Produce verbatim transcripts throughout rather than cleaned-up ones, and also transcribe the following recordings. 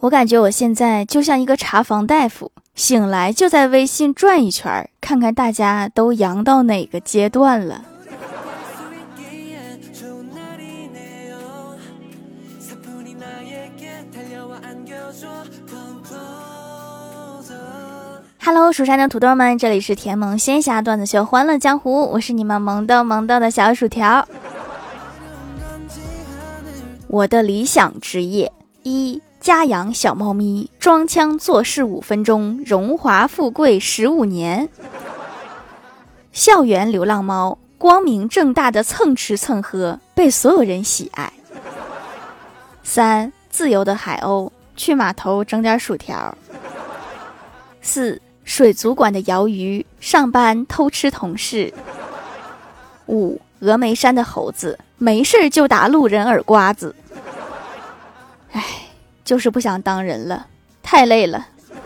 我感觉我现在就像一个查房大夫，醒来就在微信转一圈，看看大家都阳到哪个阶段了。Hello， 蜀山的土豆们，这里是甜萌仙侠段子秀欢乐江湖，我是你们萌豆萌豆的小薯条。我的理想职业：一、家养小猫咪，装腔作势五分钟，荣华富贵十五年。校园流浪猫，光明正大的蹭吃蹭喝，被所有人喜爱。三、自由的海鸥，去码头整点薯条。四、水族馆的鳐鱼，上班偷吃同事。五、峨眉山的猴子，没事就打路人耳刮子。唉，就是不想当人了，太累了。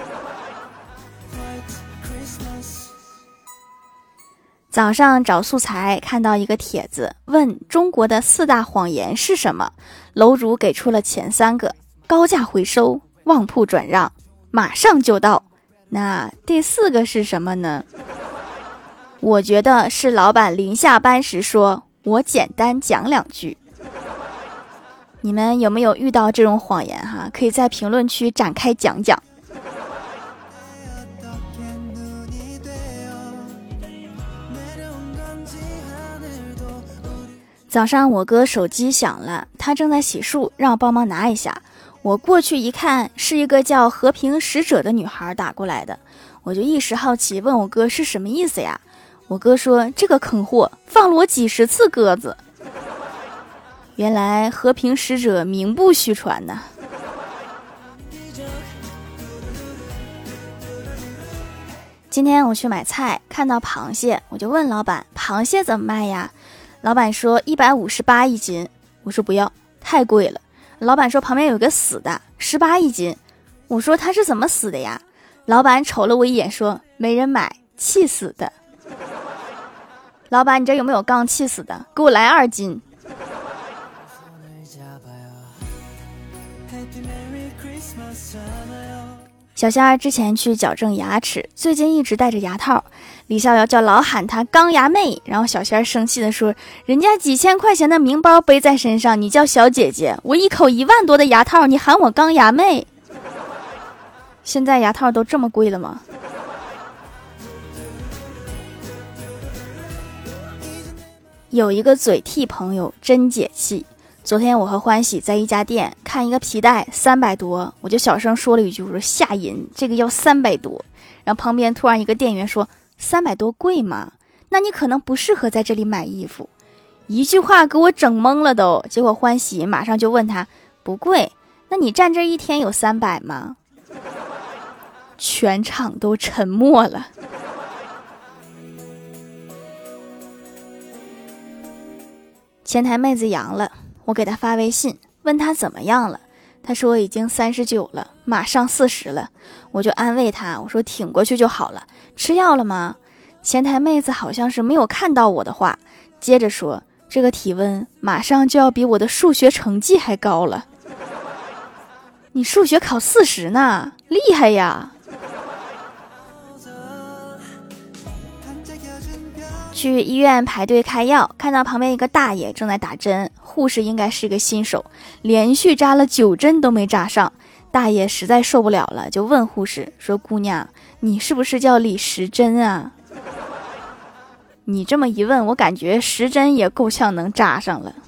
早上找素材，看到一个帖子，问中国的四大谎言是什么？楼主给出了前三个：高价回收、旺铺转让、马上就到。那第四个是什么呢？我觉得是老板临下班时说，我简单讲两句。你们有没有遇到这种谎言哈？可以在评论区展开讲讲。早上我哥手机响了，他正在洗漱，让我帮忙拿一下。我过去一看，是一个叫和平使者的女孩打过来的，我就一时好奇，问我哥是什么意思呀？我哥说，这个坑货放了我几十次鸽子。原来和平使者名不虚传呐。今天我去买菜，看到螃蟹，我就问老板，螃蟹怎么卖呀？老板说一百五十八一斤，我说不要，太贵了。老板说旁边有个死的，十八一斤，我说他是怎么死的呀？老板瞅了我一眼说没人买，气死的。老板，你这有没有刚气死的？给我来二斤。小仙儿之前去矫正牙齿，最近一直戴着牙套，李逍遥叫老喊他钢牙妹，然后小仙儿生气的说，人家几千块钱的名包背在身上，你叫小姐姐，我一口一万多的牙套，你喊我钢牙妹。现在牙套都这么贵了吗？有一个嘴替朋友真解气。昨天我和欢喜在一家店看一个皮带三百多，我就小声说了一句，我说下淫，这个要三百多。然后旁边突然一个店员说，三百多贵吗？那你可能不适合在这里买衣服。一句话给我整懵了都。结果欢喜马上就问他，不贵，那你站这一天有三百吗？全场都沉默了。前台妹子阳了，我给她发微信问她怎么样了，她说已经三十九了，马上四十了。我就安慰她，我说挺过去就好了，吃药了吗？前台妹子好像是没有看到我的话，接着说，这个体温马上就要比我的数学成绩还高了。你数学考四十呢，厉害呀。去医院排队开药，看到旁边一个大爷正在打针，护士应该是个新手，连续扎了九针都没扎上。大爷实在受不了了，就问护士说，姑娘，你是不是叫李时珍啊？你这么一问，我感觉时针也够呛能扎上了。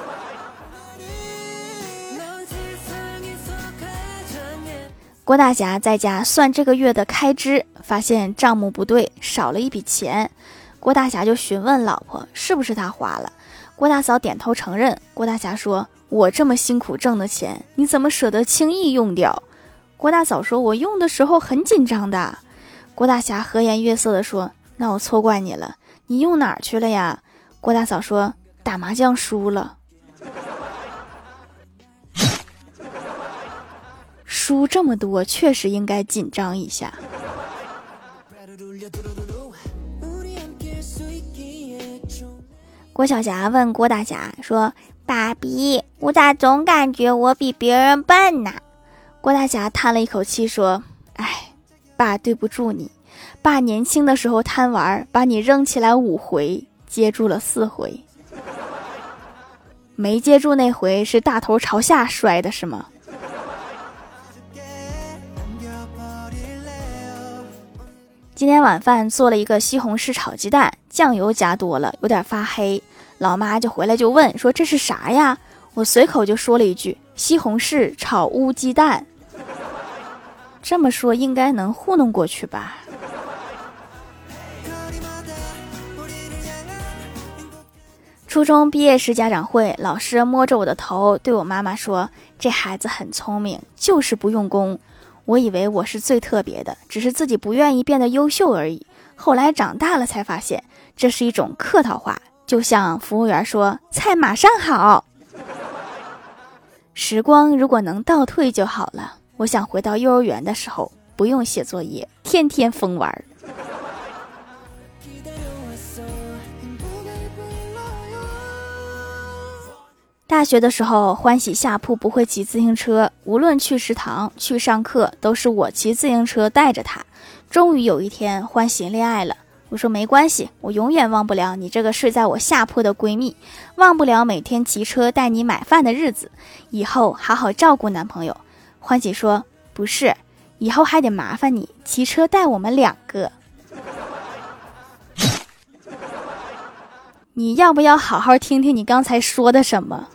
郭大侠在家算这个月的开支，发现账目不对，少了一笔钱。郭大侠就询问老婆是不是他花了，郭大嫂点头承认。郭大侠说，我这么辛苦挣的钱，你怎么舍得轻易用掉？郭大嫂说，我用的时候很紧张的。郭大侠和颜悦色地说，那我错怪你了，你用哪儿去了呀？郭大嫂说，打麻将输了。输这么多，确实应该紧张一下。郭晓霞问郭大侠说，爸比，我咋总感觉我比别人笨呢？ 郭大侠叹了一口气说，哎，爸对不住你，爸年轻的时候贪玩，把你扔起来五回，接住了四回，没接住那回是大头朝下摔的是吗？今天晚饭做了一个西红柿炒鸡蛋，酱油加多了，有点发黑。老妈就回来就问说这是啥呀？我随口就说了一句西红柿炒乌鸡蛋。这么说应该能糊弄过去吧？初中毕业时家长会，老师摸着我的头对我妈妈说，这孩子很聪明，就是不用功。我以为我是最特别的，只是自己不愿意变得优秀而已。后来长大了才发现，这是一种客套话，就像服务员说菜马上好。时光如果能倒退就好了，我想回到幼儿园的时候，不用写作业，天天疯玩。大学的时候，欢喜下铺不会骑自行车，无论去食堂去上课都是我骑自行车带着他。终于有一天欢喜恋爱了，我说没关系，我永远忘不了你这个睡在我下铺的闺蜜，忘不了每天骑车带你买饭的日子，以后好好照顾男朋友。欢喜说不是，以后还得麻烦你骑车带我们两个。你要不要好好听听你刚才说的什么？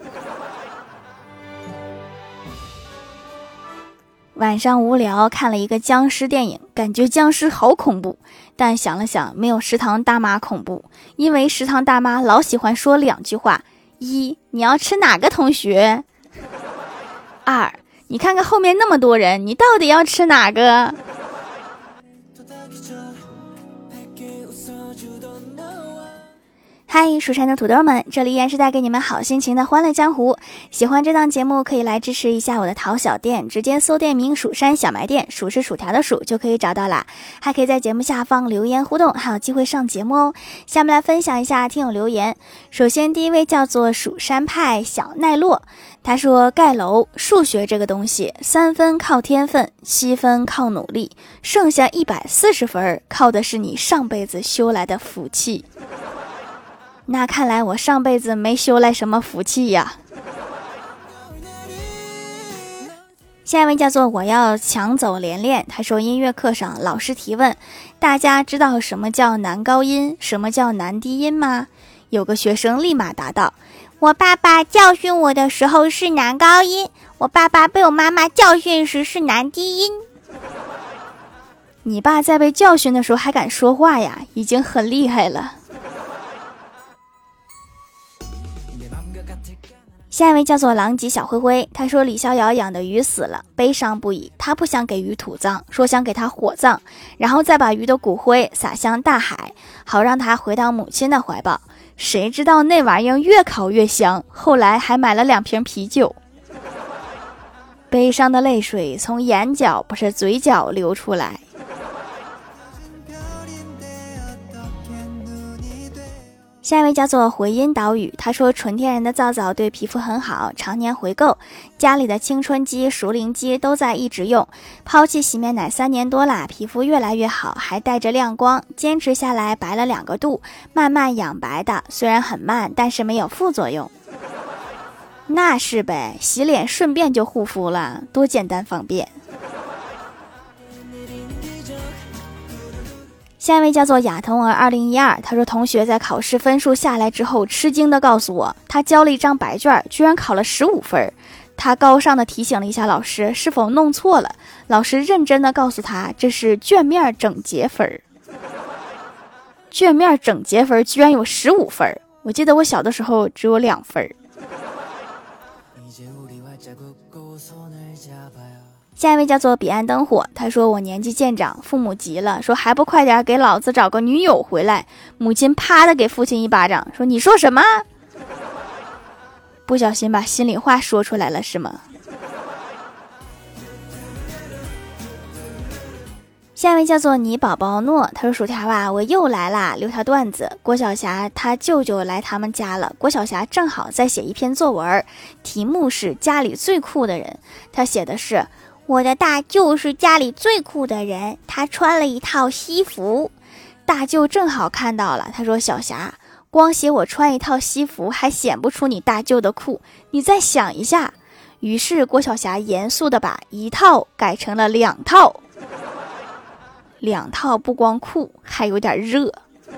晚上无聊看了一个僵尸电影，感觉僵尸好恐怖，但想了想没有食堂大妈恐怖，因为食堂大妈老喜欢说两句话：一，你要吃哪个同学？二，你看看后面那么多人，你到底要吃哪个？嗨，蜀山的土豆们，这里依然是带给你们好心情的欢乐江湖。喜欢这档节目可以来支持一下我的淘小店，直接搜店名蜀山小卖店，蜀是薯条的蜀就可以找到啦。还可以在节目下方留言互动，还有机会上节目哦。下面来分享一下听友留言。首先第一位叫做蜀山派小奈落，他说盖楼数学这个东西，三分靠天分，七分靠努力，剩下一百四十分靠的是你上辈子修来的福气。那看来我上辈子没修来什么福气呀。下一位叫做我要抢走连连，他说音乐课上老师提问，大家知道什么叫男高音，什么叫男低音吗？有个学生立马答道，我爸爸教训我的时候是男高音，我爸爸被我妈妈教训时是男低音。你爸在被教训的时候还敢说话呀，已经很厉害了。下一位叫做狼藉小灰灰，他说李逍遥养的鱼死了，悲伤不已，他不想给鱼土葬，说想给他火葬，然后再把鱼的骨灰撒向大海，好让他回到母亲的怀抱。谁知道那玩意儿越烤越香，后来还买了两瓶啤酒。悲伤的泪水从眼角不是嘴角流出来。下一位叫做回音岛屿，他说纯天然的皂皂对皮肤很好，常年回购，家里的青春肌、熟龄肌都在一直用，抛弃洗面奶三年多啦，皮肤越来越好，还带着亮光，坚持下来白了两个度，慢慢养白的，虽然很慢，但是没有副作用。那是呗，洗脸顺便就护肤了，多简单方便。下一位叫做亚童儿二零一二，他说同学在考试分数下来之后，吃惊的告诉我，他交了一张白卷，居然考了十五分。他高尚的提醒了一下老师是否弄错了，老师认真的告诉他这是卷面整洁分。卷面整洁分居然有十五分，我记得我小的时候只有两分。下一位叫做彼岸灯火，他说我年纪渐长，父母急了，说还不快点给老子找个女友回来。母亲啪的给父亲一巴掌，说你说什么？不小心把心里话说出来了是吗？下一位叫做你宝宝诺，他说薯条啊，我又来啦，留条段子。郭晓霞他舅舅来他们家了，郭晓霞正好在写一篇作文，题目是家里最酷的人。他写的是我的大舅是家里最酷的人，他穿了一套西服。大舅正好看到了，他说小霞，光写我穿一套西服还显不出你大舅的酷，你再想一下。于是郭晓霞严肃地把一套改成了两套，两套不光酷，还有点热。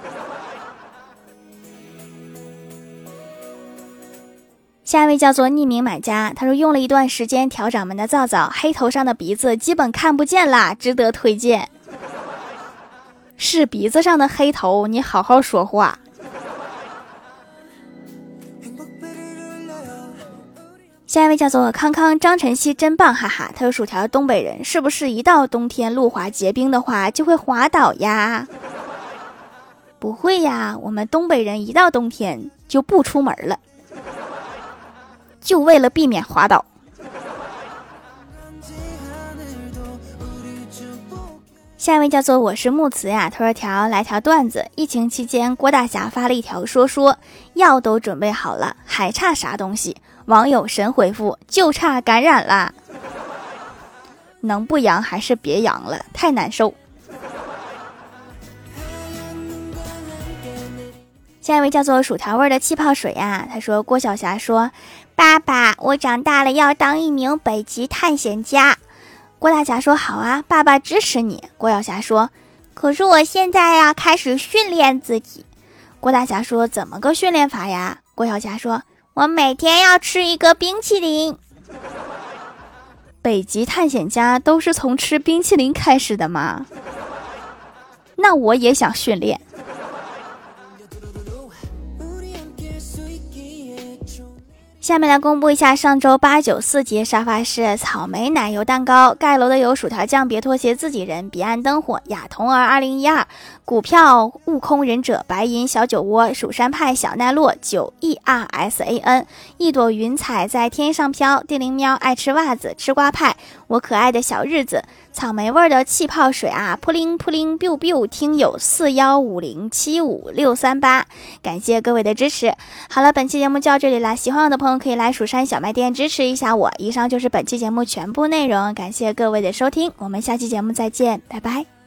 下一位叫做匿名买家，他说用了一段时间调掌门的皂皂，黑头上的鼻子基本看不见啦，值得推荐。是鼻子上的黑头，你好好说话。下一位叫做康康张晨曦真棒，哈哈。他说薯条东北人是不是一到冬天路滑结冰的话就会滑倒呀？不会呀，我们东北人一到冬天就不出门了，就为了避免滑倒。下一位叫做我是木慈呀，他说条来条段子。疫情期间郭大侠发了一条说说药都准备好了，还差啥东西？网友神回复就差感染啦，能不阳还是别阳了，太难受。下一位叫做薯条味的气泡水啊，他说郭晓霞说爸爸，我长大了要当一名北极探险家。郭大侠说好啊，爸爸支持你。郭晓霞说可是我现在要开始训练自己。郭大侠说怎么个训练法呀？郭晓霞说我每天要吃一个冰淇淋。北极探险家都是从吃冰淇淋开始的吗？那我也想训练。下面来公布一下上周八九四节沙发是草莓奶油蛋糕，盖楼的有薯条酱、别拖鞋、自己人、彼岸灯火、亚童儿二零一二、股票悟空忍者、白银小酒窝、蜀山派小奈落、九 E R S A N、一朵云彩在天上飘、地灵喵爱吃袜子、吃瓜派、我可爱的小日子、草莓味的气泡水啊，扑灵扑灵 biu biu， 听友四一五零七五六三八，感谢各位的支持。好了，本期节目就到这里啦，喜欢我的朋友可以来蜀山小卖店支持一下我。以上就是本期节目全部内容，感谢各位的收听，我们下期节目再见，拜拜。